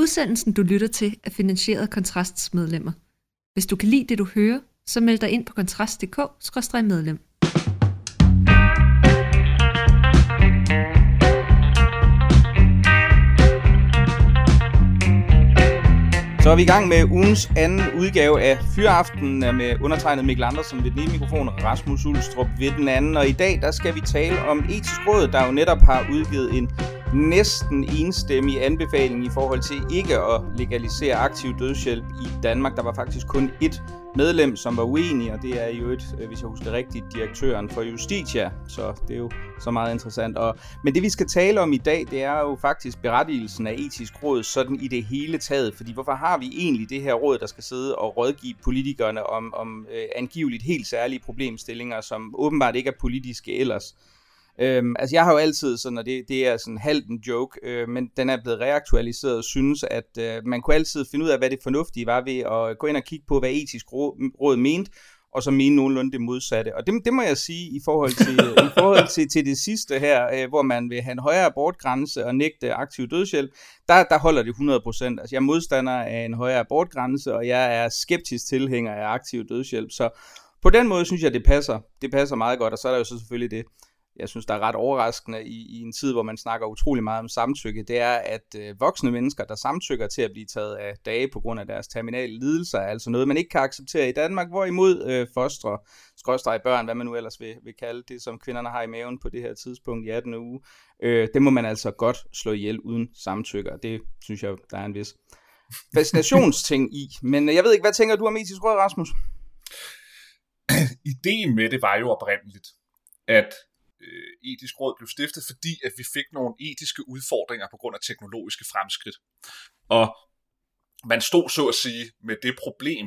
Udsendelsen, du lytter til, er finansieret af Kontrasts medlemmer. Hvis du kan lide det, du hører, så meld dig ind på kontrast.dk/medlem. Så er vi i gang med ugens anden udgave af Fyraften med undertegnet Mikkel Andersen ved den ene mikrofon og Rasmus Ulstrup ved den anden. Og i dag der skal vi tale om Etisk Råd, der jo netop har udgivet en næsten enstemmig anbefaling i forhold til ikke at legalisere aktiv dødshjælp i Danmark. Der var faktisk kun ét medlem, som var uenig, og det er jo hvis jeg husker rigtigt, direktøren for Justitia, så det er jo så meget interessant. Men det vi skal tale om i dag, det er jo faktisk berettigelsen af Etisk Råd sådan i det hele taget, fordi hvorfor har vi egentlig det her råd, der skal sidde og rådgive politikerne om angiveligt helt særlige problemstillinger, som åbenbart ikke er politiske ellers? Altså jeg har jo altid sådan, og det er sådan halvt en joke, men den er blevet reaktualiseret og synes, at man kunne altid finde ud af, hvad det fornuftige var ved at gå ind og kigge på, hvad Etisk Råd mente, og så mene nogenlunde det modsatte. Og det må jeg sige i forhold til det sidste her, hvor man vil have en højere abortgrænse og nægte aktiv dødshjælp, der holder det 100%. Altså jeg er modstander af en højere abortgrænse, og jeg er skeptisk tilhænger af aktiv dødshjælp. Så på den måde synes jeg, det passer meget godt, og så er der jo så selvfølgelig det, jeg synes, der er ret overraskende i en tid, hvor man snakker utrolig meget om samtykke, det er, at voksne mennesker, der samtykker til at blive taget af dage på grund af deres terminale lidelser, er altså noget, man ikke kan acceptere i Danmark, hvorimod fostre, skråstreg børn, hvad man nu ellers vil kalde det, som kvinderne har i maven på det her tidspunkt i 18. uge, det må man altså godt slå ihjel uden samtykke, og det synes jeg, der er en vis fascinationsting i. Men jeg ved ikke, hvad tænker du om Etisk Råd, Rasmus? Ideen med det var jo oprindeligt, at Etisk Råd blev stiftet, fordi at vi fik nogle etiske udfordringer på grund af teknologiske fremskridt. Og man stod så at sige med det problem,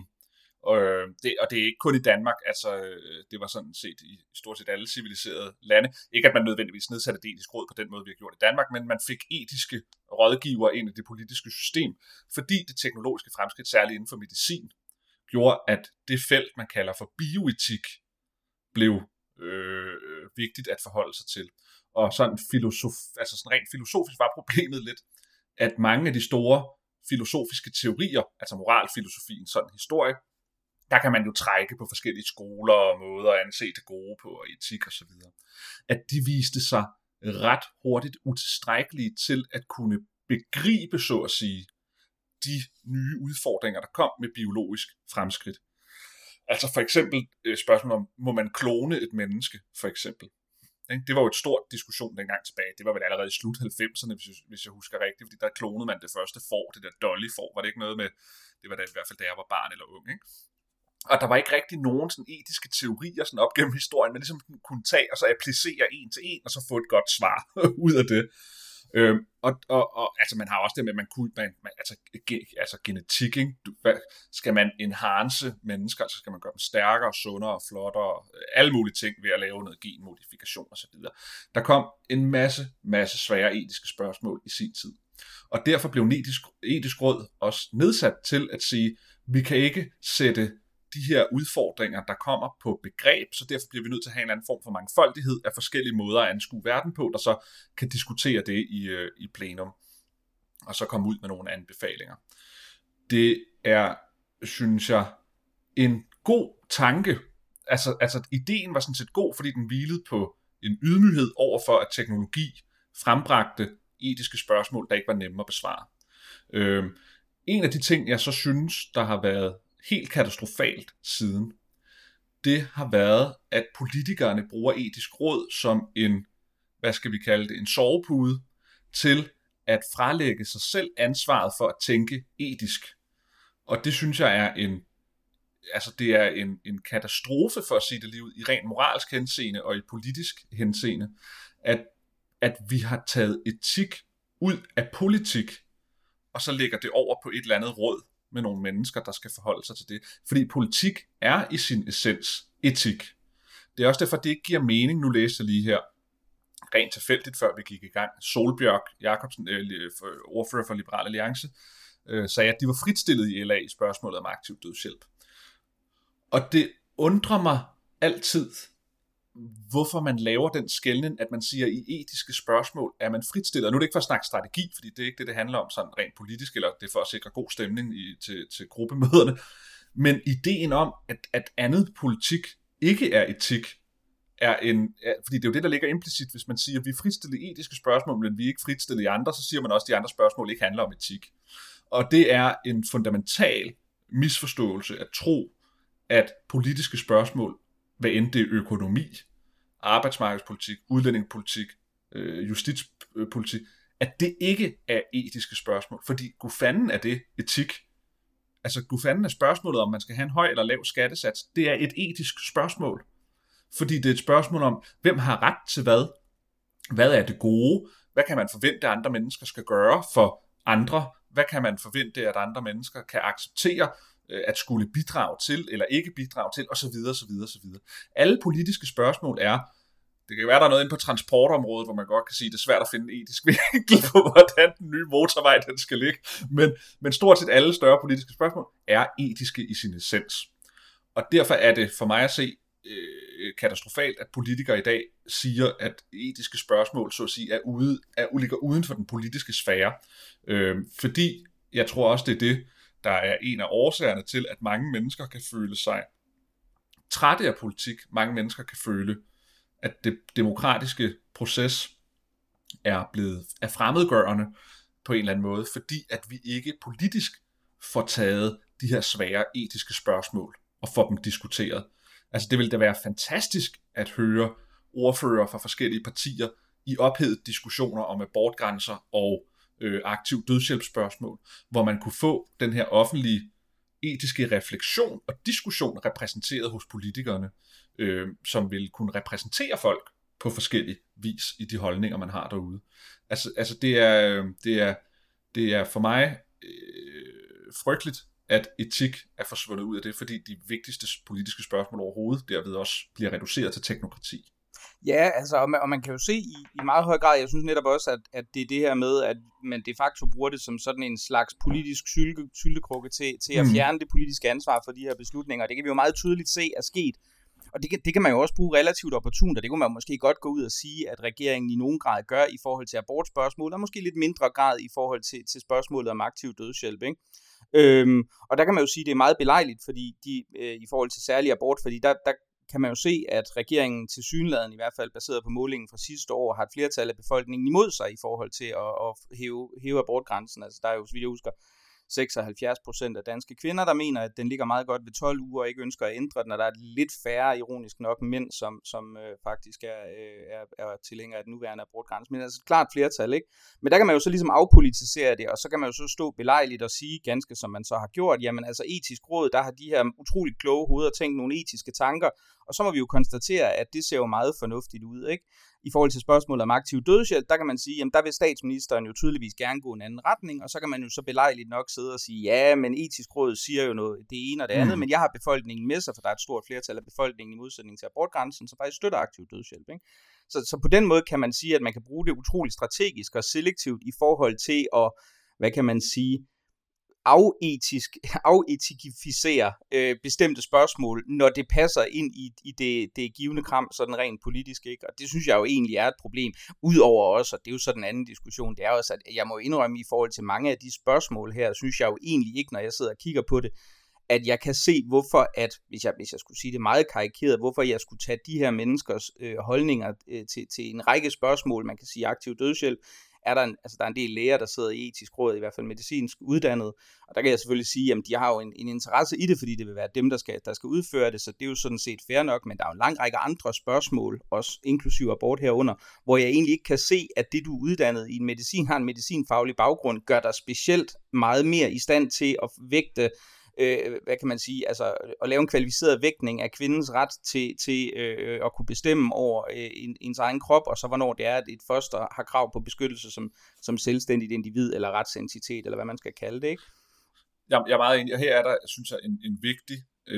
og det er ikke kun i Danmark, altså det var sådan set i stort set alle civiliserede lande. Ikke at man nødvendigvis nedsatte et etisk råd på den måde, vi har gjort i Danmark, men man fik etiske rådgivere ind i det politiske system, fordi det teknologiske fremskridt, særligt inden for medicin, gjorde, at det felt, man kalder for bioetik, blev vigtigt at forholde sig til. Og sådan rent filosofisk var problemet lidt, at mange af de store filosofiske teorier, altså moralfilosofien, sådan historie, der kan man jo trække på forskellige skoler og måder at anse det gode på, og etik og så videre. At de viste sig ret hurtigt utilstrækkelige til at kunne begribe, så at sige, de nye udfordringer, der kom med biologisk fremskridt. Altså for eksempel spørgsmålet om, må man klone et menneske, for eksempel. Det var jo et stort diskussion dengang tilbage. Det var vel allerede i slut 90'erne, hvis jeg husker rigtigt, fordi der klonede man det første får, det der Dolly-får. Var det ikke noget med, det var da i hvert fald, da jeg var barn eller ung, ikke? Og der var ikke rigtig nogen sådan etiske teorier sådan op gennem historien, man ligesom kunne tage og så applicere en til en, og så få et godt svar ud af det. Og altså man har også det med, at man kunne, altså genetik, ikke? Skal man enhance mennesker, så skal man gøre dem stærkere, sundere, flottere, alle mulige ting ved at lave noget genmodifikation og så videre. Der kom en masse svære etiske spørgsmål i sin tid. Og derfor blev etisk råd også nedsat til at sige, vi kan ikke sætte de her udfordringer, der kommer på begreb, så derfor bliver vi nødt til at have en eller anden form for mangfoldighed af forskellige måder at anskue verden på, der så kan diskutere det i plenum, og så komme ud med nogle anbefalinger. Det er, synes jeg, en god tanke. Altså ideen var sådan set god, fordi den hvilede på en ydmyghed over for, at teknologi frembragte etiske spørgsmål, der ikke var nemme at besvare. En af de ting, jeg så synes, der har været helt katastrofalt siden, det har været, at politikerne bruger Etisk Råd som en, hvad skal vi kalde det, en sovepude til at fralægge sig selv ansvaret for at tænke etisk. Og det synes jeg er en katastrofe, for at sige det lige ud, i ren moralsk henseende og i politisk henseende, at vi har taget etik ud af politik, og så lægger det over på et eller andet råd med nogle mennesker, der skal forholde sig til det. Fordi politik er i sin essens etik. Det er også derfor, det ikke giver mening. Nu læste jeg lige her, rent tilfældigt, før vi gik i gang. Solbjørg Jacobsen, ordfører for Liberal Alliance, sagde, at de var fritstillet i LA i spørgsmålet om aktiv dødshjælp. Og det undrer mig altid, hvorfor man laver den skelnen, at man siger, at i etiske spørgsmål er man fritstillet. Og nu er det ikke for at snakke strategi, fordi det er ikke det handler om sådan rent politisk, eller det er for at sikre god stemning til gruppemøderne. Men ideen om, at andet politik ikke er etik, fordi det er jo det, der ligger implicit, hvis man siger, at vi er fritstillet i etiske spørgsmål, men vi er ikke fritstillet i andre, så siger man også, at de andre spørgsmål ikke handler om etik. Og det er en fundamental misforståelse at tro, at politiske spørgsmål, hvad end det er økonomi, arbejdsmarkedspolitik, udlændingepolitik, justitspolitik, at det ikke er etiske spørgsmål. Fordi gudfanden er det etik. Altså gudfanden er spørgsmålet, om man skal have en høj eller lav skattesats. Det er et etisk spørgsmål. Fordi det er et spørgsmål om, hvem har ret til hvad? Hvad er det gode? Hvad kan man forvente, at andre mennesker skal gøre for andre? Hvad kan man forvente, at andre mennesker kan acceptere at skulle bidrage til, eller ikke bidrage til, osv. osv. Alle politiske spørgsmål det kan være, der er noget inde på transportområdet, hvor man godt kan sige, at det er svært at finde en etisk vinkel på, hvordan den nye motorvej den skal ligge. Men stort set alle større politiske spørgsmål er etiske i sin essens. Og derfor er det for mig at se katastrofalt, at politikere i dag siger, at etiske spørgsmål, så at sige, ligger uden for den politiske sfære. Fordi jeg tror også, det er det, der er en af årsagerne til, at mange mennesker kan føle sig trætte af politik. Mange mennesker kan føle, at det demokratiske proces er fremmedgørende på en eller anden måde, fordi at vi ikke politisk får taget de her svære etiske spørgsmål og får dem diskuteret. Altså det ville da være fantastisk at høre ordfører fra forskellige partier i ophedede diskussioner om abortgrænser og aktiv dødshjælpsspørgsmål, hvor man kunne få den her offentlige etiske refleksion og diskussion repræsenteret hos politikerne, som vil kunne repræsentere folk på forskellig vis i de holdninger, man har derude. Altså det er for mig frygteligt, at etik er forsvundet ud af det, fordi de vigtigste politiske spørgsmål overhovedet derved også bliver reduceret til teknokrati. Ja, altså, og man kan jo se i meget høj grad, jeg synes netop også, at det er det her med, at man de facto bruger det som sådan en slags politisk syltekrukke til at fjerne det politiske ansvar for de her beslutninger. Det kan vi jo meget tydeligt se er sket. Og det kan man jo også bruge relativt opportunt, og det kunne man måske godt gå ud og sige, at regeringen i nogen grad gør i forhold til abortspørgsmål, og måske lidt mindre grad i forhold til spørgsmålet om aktiv dødshjælp, ikke? Og der kan man jo sige, at det er meget belejligt, fordi i forhold til særlig abort, fordi der kan man jo se, at regeringen tilsyneladende, i hvert fald baseret på målingen fra sidste år, har et flertal af befolkningen imod sig i forhold til at hæve abortgrænsen. Altså der er jo, så vidt jeg husker, 76% af danske kvinder, der mener, at den ligger meget godt ved 12 uger og ikke ønsker at ændre den, og der er lidt færre, ironisk nok, mænd, som faktisk er tilhængere af den nuværende abortgrænse. Men altså et klart flertal, ikke? Men der kan man jo så ligesom afpolitisere det, og så kan man jo så stå belejligt og sige, ganske som man så har gjort, jamen altså etisk råd, der har de her utroligt kloge hoveder tænkt nogle etiske tanker, og så må vi jo konstatere, at det ser jo meget fornuftigt ud, ikke? I forhold til spørgsmålet om aktiv dødshjælp, der kan man sige, jamen der vil statsministeren jo tydeligvis gerne gå en anden retning, og så kan man jo så belejligt nok sidde og sige, ja, men etisk råd siger jo noget, det ene og det andet, men jeg har befolkningen med sig, for der er et stort flertal af befolkningen i modsætning til abortgrænsen, som faktisk støtter aktiv dødshjælp, ikke? Så på den måde kan man sige, at man kan bruge det utroligt strategisk og selektivt i forhold til at, hvad kan man sige, afetikificere bestemte spørgsmål, når det passer ind i det givne kram, sådan rent politisk, ikke? Og det synes jeg jo egentlig er et problem. Udover også, og det er jo sådan en anden diskussion, det er også, at jeg må indrømme i forhold til mange af de spørgsmål her, synes jeg jo egentlig ikke, når jeg sidder og kigger på det, at jeg kan se, hvorfor, at hvis jeg skulle sige det meget karikeret, hvorfor jeg skulle tage de her menneskers holdninger til en række spørgsmål, man kan sige aktiv dødshjælp, der er en del læger, der sidder i etisk råd, i hvert fald medicinsk uddannet, og der kan jeg selvfølgelig sige, at de har jo en interesse i det, fordi det vil være dem, der skal udføre det, så det er jo sådan set fair nok, men der er jo en lang række andre spørgsmål, også inklusiv abort herunder, hvor jeg egentlig ikke kan se, at det du er uddannet i en medicin, har en medicinfaglig baggrund, gør dig specielt meget mere i stand til at vægte hvad kan man sige, altså at lave en kvalificeret vægtning af kvindens ret til at kunne bestemme over ens egen krop, og så hvornår det er, at et foster har krav på beskyttelse som selvstændigt individ, eller retsentitet, eller hvad man skal kalde det, ikke? Jeg er meget enig, og her er der, synes jeg, en vigtig,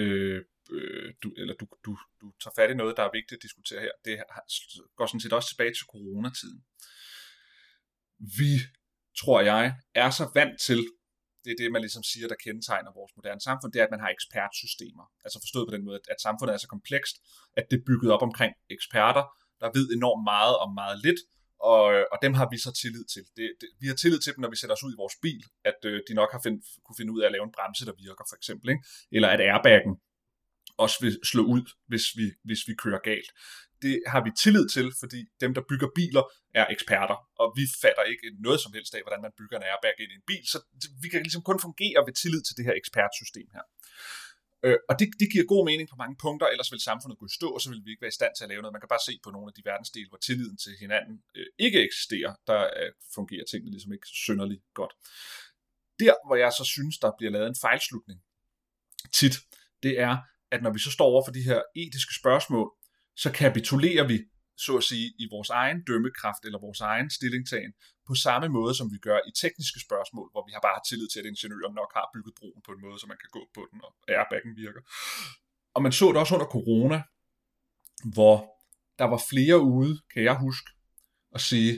du tager fat i noget, der er vigtigt at diskutere her. Det går sådan set også tilbage til coronatiden. Vi, tror jeg, er så vant til det er det, man ligesom siger, der kendetegner vores moderne samfund, det er, at man har ekspertsystemer. Altså forstået på den måde, at samfundet er så komplekst, at det er bygget op omkring eksperter, der ved enormt meget om meget lidt, og dem har vi så tillid til. Vi har tillid til dem, når vi sætter os ud i vores bil, at de nok har kunne finde ud af at lave en bremse, der virker, for eksempel, ikke? Eller at airbaggen også vil slå ud, hvis vi kører galt. Det har vi tillid til, fordi dem, der bygger biler, er eksperter, og vi fatter ikke noget som helst af, hvordan man bygger en airbag ind i en bil, så vi kan ligesom kun fungere ved tillid til det her ekspertsystem her. Og det giver god mening på mange punkter, ellers vil samfundet gå i stå, og så vil vi ikke være i stand til at lave noget. Man kan bare se på nogle af de verdensdele, hvor tilliden til hinanden ikke eksisterer, der fungerer tingene ligesom ikke synderligt godt. Der, hvor jeg så synes, der bliver lavet en fejlslutning tit, det er, at når vi så står over for de her etiske spørgsmål, så kapitulerer vi, så at sige, i vores egen dømmekraft eller vores egen stillingtagen på samme måde, som vi gør i tekniske spørgsmål, hvor vi har bare tillid til, at ingeniøren nok har bygget broen på en måde, så man kan gå på den, og airbaggen virker. Og man så det også under corona, hvor der var flere ude, kan jeg huske, at sige,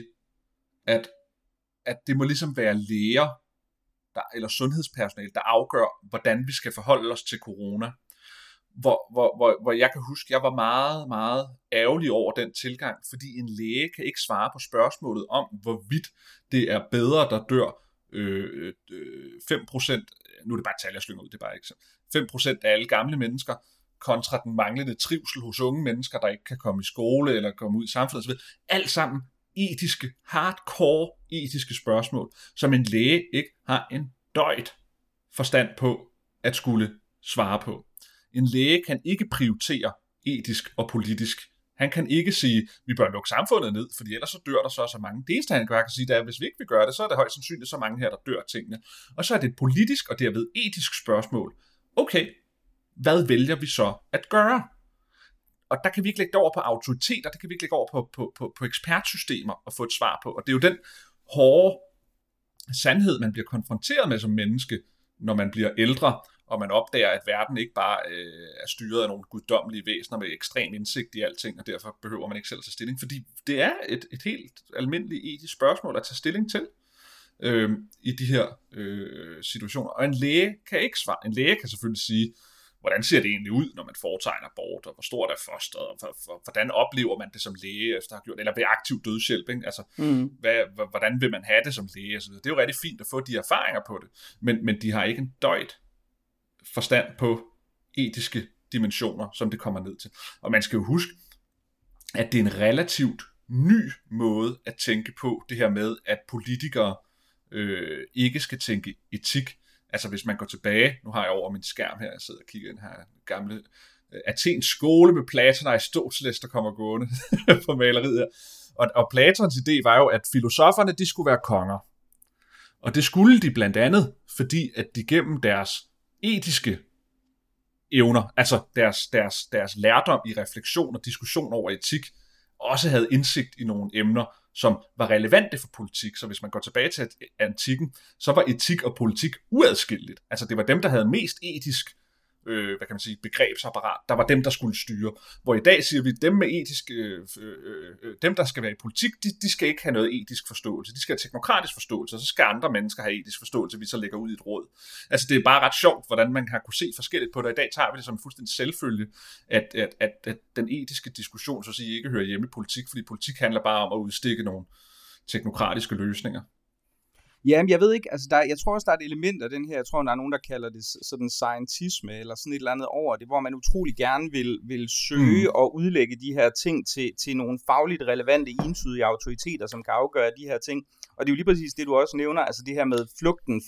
at det må ligesom være læger eller sundhedspersonale, der afgør, hvordan vi skal forholde os til corona. Hvor jeg kan huske, jeg var meget, meget ærgerlig over den tilgang, fordi en læge kan ikke svare på spørgsmålet om, hvorvidt det er bedre, der dør 5%, nu er det bare et tal, jeg slynger ud, det er bare ikke så, 5% af alle gamle mennesker, kontra den manglende trivsel hos unge mennesker, der ikke kan komme i skole eller komme ud i samfundet osv. Alt sammen etiske, hardcore etiske spørgsmål, som en læge ikke har en døjt forstand på at skulle svare på. En læge kan ikke prioritere etisk og politisk. Han kan ikke sige, vi bør lukke samfundet ned, fordi ellers så dør der så mange. Det eneste, han kan sige, det er, at hvis vi ikke vil gøre det, så er det højst sandsynligt så mange her, der dør tingene. Og så er det et politisk og derved etisk spørgsmål. Okay, hvad vælger vi så at gøre? Og der kan vi ikke lægge det over på autoriteter, der kan vi ikke lægge over på ekspertsystemer og få et svar på. Og det er jo den hårde sandhed, man bliver konfronteret med som menneske, når man bliver ældre, og man opdager, at verden ikke bare er styret af nogle guddommelige væsener med ekstrem indsigt i alting, og derfor behøver man ikke selv at tage stilling, fordi det er et helt almindeligt etisk spørgsmål at tage stilling til i de her situationer. Og en læge kan ikke svare. En læge kan selvfølgelig sige, hvordan ser det egentlig ud, når man foretager en abort, og hvor stort er fosteret, og hvordan oplever man det som læge efter at have gjort, eller ved aktiv dødshjælp, ikke? Altså, hvordan vil man have det som læge? Altså, det er jo rigtig fint at få de erfaringer på det, men de har ikke en døjt forstand på etiske dimensioner, som det kommer ned til. Og man skal jo huske, at det er en relativt ny måde at tænke på, det her med, at politikere ikke skal tænke etik. Altså hvis man går tilbage, nu har jeg over min skærm her, jeg sidder og kigger i den her gamle Athens skole med Platon og Aristoteles, der kommer gående på maleriet her. Og Platons idé var jo, at filosoferne, de skulle være konger. Og det skulle de blandt andet, fordi at de gennem deres etiske evner, altså deres lærdom i refleksion og diskussion over etik, også havde indsigt i nogle emner, som var relevante for politik. Så hvis man går tilbage til antikken, så var etik og politik uadskilleligt. Altså det var dem, der havde mest etisk begrebsapparat, der var dem, der skulle styre. Hvor i dag siger vi, dem med etisk, dem der skal være i politik, de skal ikke have noget etisk forståelse. De skal have teknokratisk forståelse, og så skal andre mennesker have etisk forståelse, vi så lægger ud i et råd. Altså det er bare ret sjovt, hvordan man har kunne se forskelligt på det. I dag tager vi det som fuldstændig selvfølge, at den etiske diskussion, så at sige, ikke hører hjemme i politik, fordi politik handler bare om at udstikke nogle teknokratiske løsninger. Ja, jeg ved ikke, altså jeg tror også, der er et element af den her, jeg tror, der er nogen, der kalder det sådan scientisme, eller sådan et eller andet over det, hvor man utrolig gerne vil søge og udlægge de her ting til nogle fagligt relevante, entydige autoriteter, som kan afgøre de her ting. Og det er jo lige præcis det, du også nævner, altså det her med flugten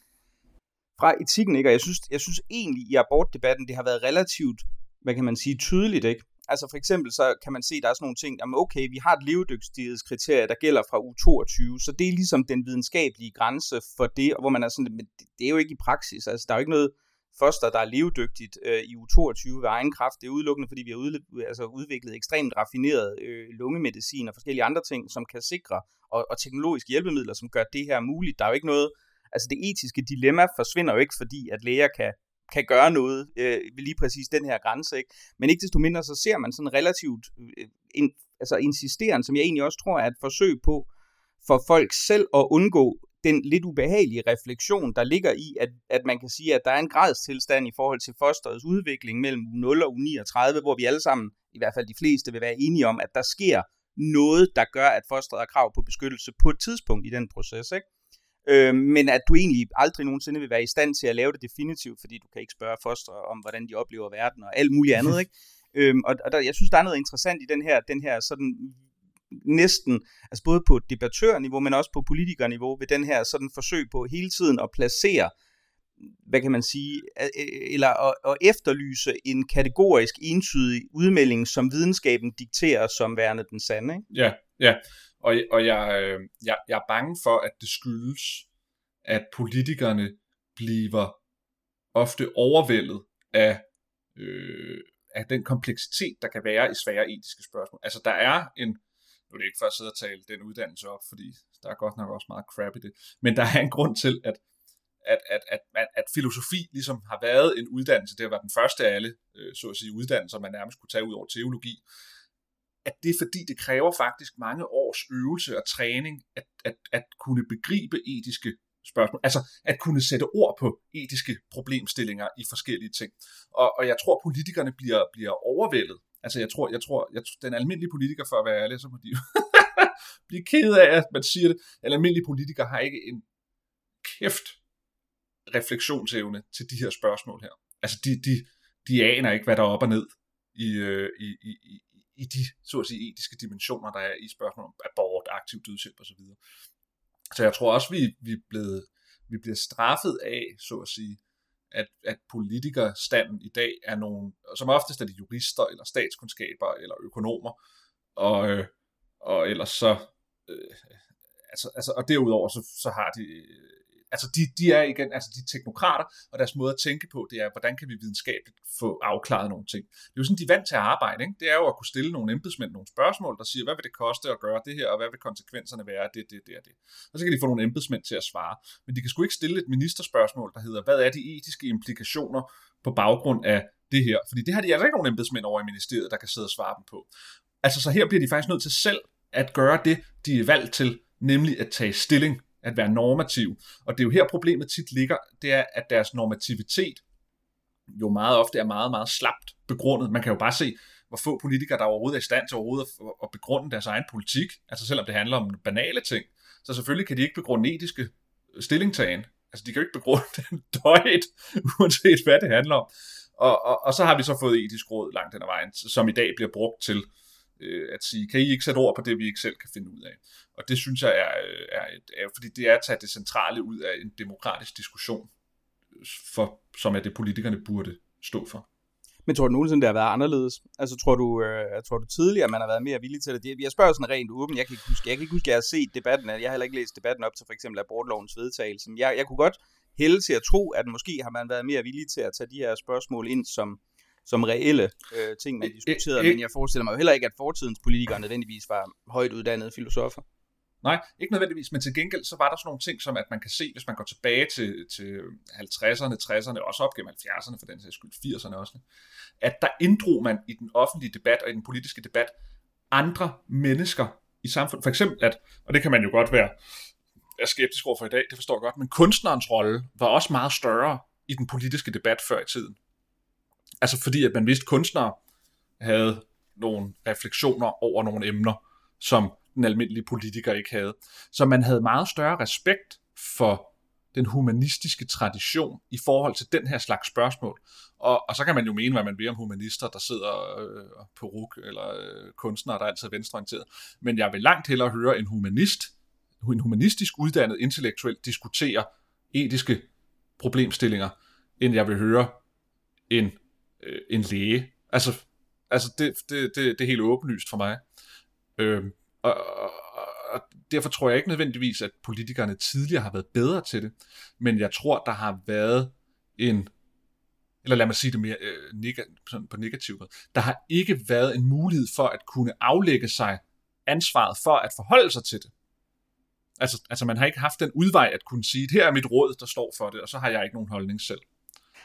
fra etikken, ikke? Og jeg synes egentlig i abortdebatten, det har været relativt, hvad kan man sige, tydeligt, ikke? Altså for eksempel så kan man se, at der er sådan nogle ting, jamen okay, vi har et levedygtighedskriterie, der gælder fra uge 22, så det er ligesom den videnskabelige grænse for det, og hvor man er sådan, men det er jo ikke i praksis, altså der er jo ikke noget foster, der er levedygtigt i uge 22 ved egen kraft, det er udelukkende, fordi vi har udviklet ekstremt raffineret lungemedicin og forskellige andre ting, som kan sikre, og teknologiske hjælpemidler, som gør det her muligt. Der er jo ikke noget, altså det etiske dilemma forsvinder jo ikke, fordi at læger kan gøre noget ved lige præcis den her grænse, ikke? Men ikke desto mindre, så ser man sådan relativt insisteren, som jeg egentlig også tror er et forsøg på for folk selv at undgå den lidt ubehagelige refleksion, der ligger i, at man kan sige, at der er en gradstilstand i forhold til fosterets udvikling mellem uge 0 og uge 39, hvor vi alle sammen, i hvert fald de fleste, vil være enige om, at der sker noget, der gør, at fosteret har krav på beskyttelse på et tidspunkt i den proces, ikke? Men at du egentlig aldrig nogensinde vil være i stand til at lave det definitivt, fordi du kan ikke spørge foster om, hvordan de oplever verden og alt muligt andet, ikke? Jeg synes, der er noget interessant i den her sådan næsten, altså både på debattørniveau, men også på politikerniveau, ved den her sådan forsøg på hele tiden at placere, hvad kan man sige, eller at efterlyse en kategorisk entydig udmelding, som videnskaben dikterer som værende den sande, ikke? Ja. Og jeg er bange for, at det skyldes, at politikerne bliver ofte overvældet af den kompleksitet, der kan være i svære etiske spørgsmål. Altså der er nu er det ikke for at sidde og tale den uddannelse op, fordi der er godt nok også meget crap i det, men der er en grund til, at filosofi ligesom har været en uddannelse, det har været den første af alle, så at sige, uddannelser, man nærmest kunne tage ud over teologi, at det er fordi, det kræver faktisk mange års øvelse og træning, at kunne begribe etiske spørgsmål, altså at kunne sætte ord på etiske problemstillinger i forskellige ting. Og jeg tror, politikerne bliver overvældet. Altså jeg tror, den almindelige politiker, for at være ærlig, så må de jo blive ked af, at man siger det. Den almindelige politiker har ikke en kæft refleksionsevne til de her spørgsmål her. Altså de aner ikke, hvad der er op og ned i de, så at sige, etiske dimensioner, der er i spørgsmål om abort, aktiv dødshjælp osv. Så jeg tror også, vi bliver straffet af, så at sige, at politikerstanden i dag er nogen, som oftest er de jurister, eller statskundskaber, eller økonomer, og ellers så, og derudover så har de, altså de er igen, altså de teknokrater, og deres måde at tænke på, det er, hvordan kan vi videnskabeligt få afklaret nogle ting. Det er jo sådan, de er vant til at arbejde, ikke? Det er jo at kunne stille nogle embedsmænd nogle spørgsmål, der siger, hvad vil det koste at gøre det her, og hvad vil konsekvenserne være af det. Og så kan de få nogle embedsmænd til at svare. Men de kan sgu ikke stille et ministerspørgsmål, der hedder, hvad er de etiske implikationer på baggrund af det her? Fordi det har de altså ikke nogen embedsmænd over i ministeriet, der kan sidde og svare dem på. Altså så her bliver de faktisk nødt til selv at gøre det, de er valgt til, nemlig at tage stilling, at være normativ. Og det er jo her problemet tit ligger, det er, at deres normativitet jo meget ofte er meget, meget slapt begrundet. Man kan jo bare se, hvor få politikere, der overhovedet er i stand til overhovedet at begrunde deres egen politik, altså selvom det handler om banale ting. Så selvfølgelig kan de ikke begrunde etiske stillingtagen. Altså de kan jo ikke begrunde den døjt, uanset hvad det handler om. Og så har vi så fået etisk råd langt hen ad vejen, som i dag bliver brugt til at sige, kan I ikke sætte ord på det, vi ikke selv kan finde ud af? Og det synes jeg er fordi det er at tage det centrale ud af en demokratisk diskussion, som er det politikerne burde stå for. Men tror du nogensinde, det har været anderledes? Altså tror du tidligere, man har været mere villig til det? Jeg spørger sådan rent åben. Jeg kan ikke huske, at jeg har set debatten. Jeg har heller ikke læst debatten op til for eksempel abortlovens vedtagelse. Jeg kunne godt hælde til at tro, at måske har man været mere villig til at tage de her spørgsmål ind som reelle ting, man diskuterede, men jeg forestiller mig jo heller ikke, at fortidens politikere nødvendigvis var højt uddannede filosofer. Nej, ikke nødvendigvis, men til gengæld så var der sådan nogle ting, som at man kan se, hvis man går tilbage til 50'erne, 60'erne, også op gennem 70'erne, for den sags skyld 80'erne også, at der inddrog man i den offentlige debat og i den politiske debat andre mennesker i samfundet. For eksempel og det kan man jo godt være skeptisk over for i dag, det forstår jeg godt, men kunstnerens rolle var også meget større i den politiske debat før i tiden. Altså fordi, at man vidste, at kunstnere havde nogle refleksioner over nogle emner, som den almindelige politiker ikke havde. Så man havde meget større respekt for den humanistiske tradition i forhold til den her slags spørgsmål. Og så kan man jo mene, hvad man vil om humanister, der sidder på RUK, eller kunstnere, der er altid venstreorienteret. Men jeg vil langt hellere høre en humanistisk uddannet intellektuelt diskutere etiske problemstillinger, end jeg vil høre en læge. Altså det er helt åbenlyst for mig. Og derfor tror jeg ikke nødvendigvis, at politikerne tidligere har været bedre til det, men jeg tror, der har været eller lad mig sige det mere på negativ måde, der har ikke været en mulighed for at kunne aflægge sig ansvaret for at forholde sig til det. Altså man har ikke haft den udvej at kunne sige, her er mit råd, der står for det, og så har jeg ikke nogen holdning selv.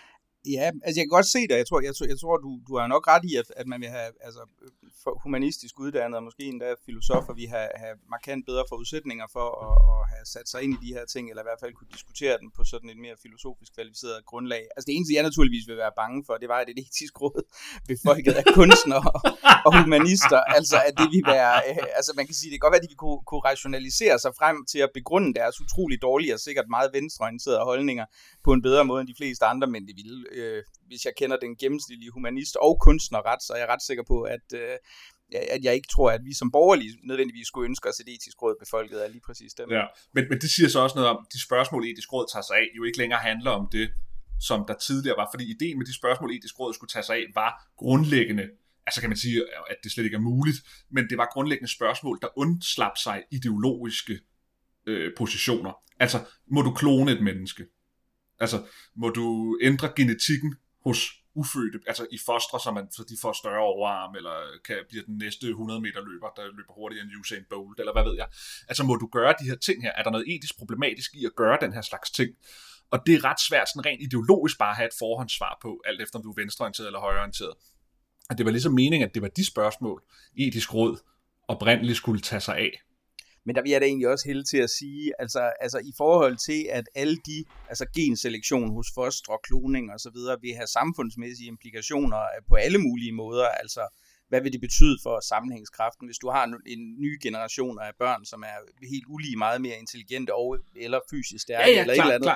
Ja, altså jeg kan godt se det. Jeg tror du har nok ret i, at man vil have for humanistisk uddannet, og måske endda filosofer, vi have markant bedre forudsætninger for at have sat sig ind i de her ting, eller i hvert fald kunne diskutere den på sådan et mere filosofisk kvalificeret grundlag. Altså det eneste, jeg naturligvis vil være bange for, det var, at det etiske råd befolket af kunstnere og humanister, altså at det vil være, altså man kan sige, det kan godt være, at de kunne rationalisere sig frem til at begrunde deres utrolig dårlige og sikkert meget venstreorienterede holdninger på en bedre måde end de fleste andre, men det ville, hvis jeg kender den gennemsnitlige humanist og kunstner ret, så er jeg ret sikker på, at jeg ikke tror, at vi som borgerlige nødvendigvis skulle ønske os et etisk råd befolket af lige præcis dem. Ja, men det siger så også noget om, de spørgsmål etisk råd tager sig af, jo ikke længere handler om det, som der tidligere var, fordi ideen med de spørgsmål etisk råd skulle tage sig af, var grundlæggende, altså kan man sige, at det slet ikke er muligt, men det var grundlæggende spørgsmål, der undslap sig ideologiske positioner. Altså, må du klone et menneske? Altså, må du ændre genetikken hos ufødte, altså i fostre, så de får større overarm, eller bliver den næste 100 meter løber, der løber hurtigere end Usain Bolt, eller hvad ved jeg. Altså, må du gøre de her ting her? Er der noget etisk problematisk i at gøre den her slags ting? Og det er ret svært sådan rent ideologisk bare at have et forhåndssvar på, alt efter om du er venstreorienteret eller højreorienteret. Og det var ligesom meningen, at det var de spørgsmål, etisk råd oprindeligt skulle tage sig af. Men der vil jeg da egentlig også hælde til at sige, altså i forhold til, at alle de, altså genselektion hos fostre, kloning og så videre, vil have samfundsmæssige implikationer på alle mulige måder. Altså, hvad vil det betyde for sammenhængskraften, hvis du har en ny generation af børn, som er helt ulige meget mere intelligente og eller fysisk stærke, eller et eller andet.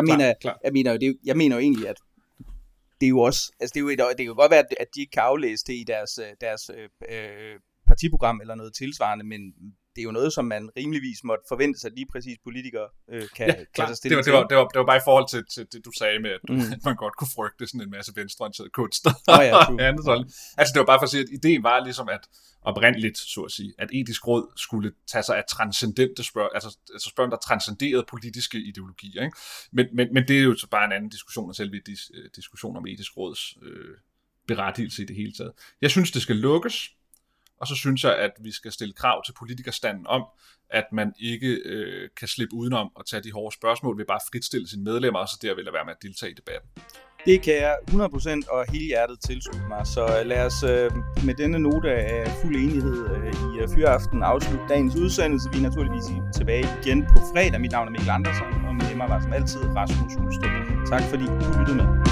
Altså, jeg mener jo egentlig, at det er jo også, altså det kan godt være, at de ikke kan aflæse det i deres partiprogram eller noget tilsvarende, men det er jo noget, som man rimeligvis måtte forvente sig, at lige præcis politikere kan tage stilling til. Det var bare i forhold til det, du sagde med, at man godt kunne frygte sådan en masse venstreorienterede kunster. Altså det var bare for at sige, at ideen var ligesom, at oprindeligt, så at sige, at etisk råd skulle tage sig af transcendente spørgsmål, altså spørgsmål, der transcenderede politiske ideologier. Ikke? Men det er jo så bare en anden diskussion, og selve diskussion om etisk råds berettigelse i det hele taget. Jeg synes, det skal lukkes. Og så synes jeg, at vi skal stille krav til politikerstanden om, at man ikke kan slippe udenom at tage de hårde spørgsmål ved bare fritstille sine medlemmer, og så der vil jeg være med at deltage i debatten. Det kan jeg 100% og helhjertet tilslutte mig. Så lad os med denne note af fuld enighed i Fyraften afslutte dagens udsendelse. Vi er naturligvis tilbage igen på fredag. Mit navn er Mikkel Andersen, og med mig var som altid Rasmus Ulstrup. Tak fordi du lyttede med.